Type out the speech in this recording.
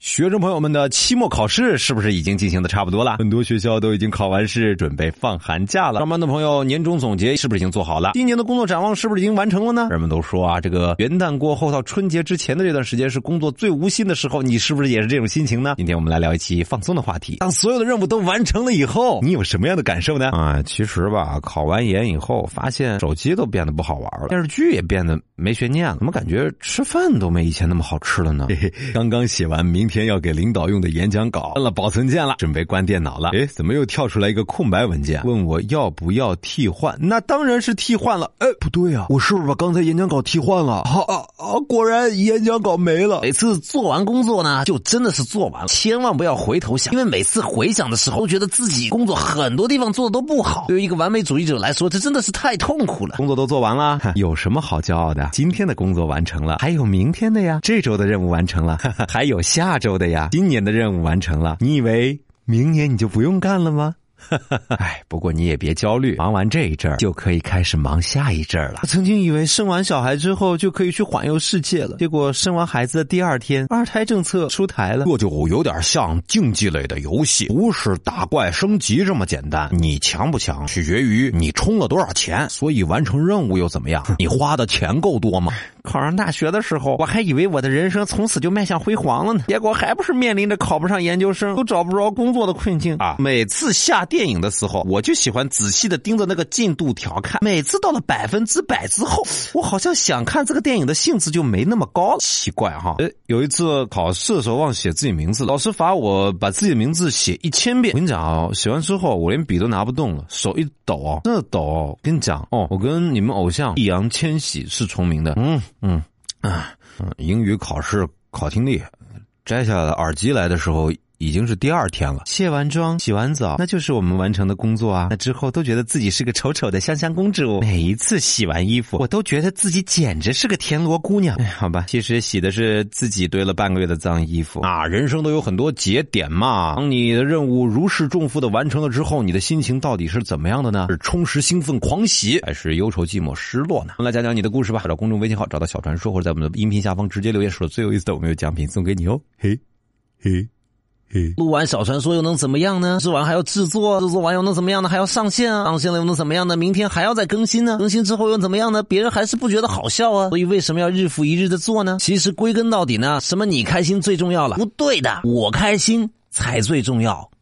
学生朋友们的期末考试是不是已经进行的差不多了？很多学校都已经考完试，准备放寒假了。上班的朋友年终总结是不是已经做好了？今年的工作展望是不是已经完成了呢？人们都说啊，这个元旦过后到春节之前的这段时间是工作最无心的时候，你是不是也是这种心情呢？今天我们来聊一期放松的话题。当所有的任务都完成了以后，你有什么样的感受呢？其实吧，考完研以后发现手机都变得不好玩了，电视剧也变得没悬念了，怎么感觉吃饭都没以前那么好吃了呢？刚刚写完明天要给领导用的演讲稿，按了保存键了，准备关电脑了。怎么又跳出来一个空白文件，问我要不要替换？那当然是替换了。不对啊，我是不是把刚才演讲稿替换了？果然演讲稿没了。 每次做完工作呢，就真的是做完了，千万不要回头想，因为每次回想的时候，觉得自己工作很多地方做的都不好。对于一个完美主义者来说，这真的是太痛苦了。 工作都做完了，有什么好骄傲的？今天的工作完成了，还有明天的呀，这周的任务完成了，还有下周的呀，今年的任务完成了，你以为明年你就不用干了吗？不过你也别焦虑，忙完这一阵儿就可以开始忙下一阵儿了。我曾经以为生完小孩之后就可以去环游世界了，结果生完孩子的第二天，二胎政策出台了。这就有点像竞技类的游戏，不是打怪升级这么简单。你强不强取决于你充了多少钱，所以完成任务又怎么样？你花的钱够多吗？考上大学的时候，我还以为我的人生从此就迈向辉煌了呢，结果还不是面临着考不上研究生，都找不着工作的困境啊！每次下电影的时候，我就喜欢仔细的盯着那个进度条看，每次到了100%之后，我好像想看这个电影的兴致就没那么高了。奇怪哈！有一次考试的时候忘写自己名字，老师罚我把自己的名字写1000遍。我跟你讲啊，写完之后我连笔都拿不动了，手一抖啊，真的抖哦！跟你讲哦，我跟你们偶像易烊千玺是重名的。英语考试考听力，摘下耳机来的时候已经是第二天了。卸完妆洗完澡，那就是我们完成的工作啊。那之后都觉得自己是个丑丑的香香公主，每一次洗完衣服我都觉得自己简直是个田螺姑娘。好吧，其实洗的是自己堆了半个月的脏衣服啊。人生都有很多节点嘛，当你的任务如释重负的完成了之后，你的心情到底是怎么样的呢？是充实兴奋狂喜，还是忧愁寂寞失落呢？我们来讲讲你的故事吧，找公众微信号找到小传说，或者在我们的音频下方直接留言，说最有意思的我们有奖品送给你哦。 录完小传说又能怎么样呢？制完还要制作，制作完又能怎么样呢？还要上线啊，上线了又能怎么样呢？明天还要再更新呢，更新之后又怎么样呢？别人还是不觉得好笑啊。所以为什么要日复一日的做呢？其实归根到底呢，什么你开心最重要了？不对的，我开心才最重要。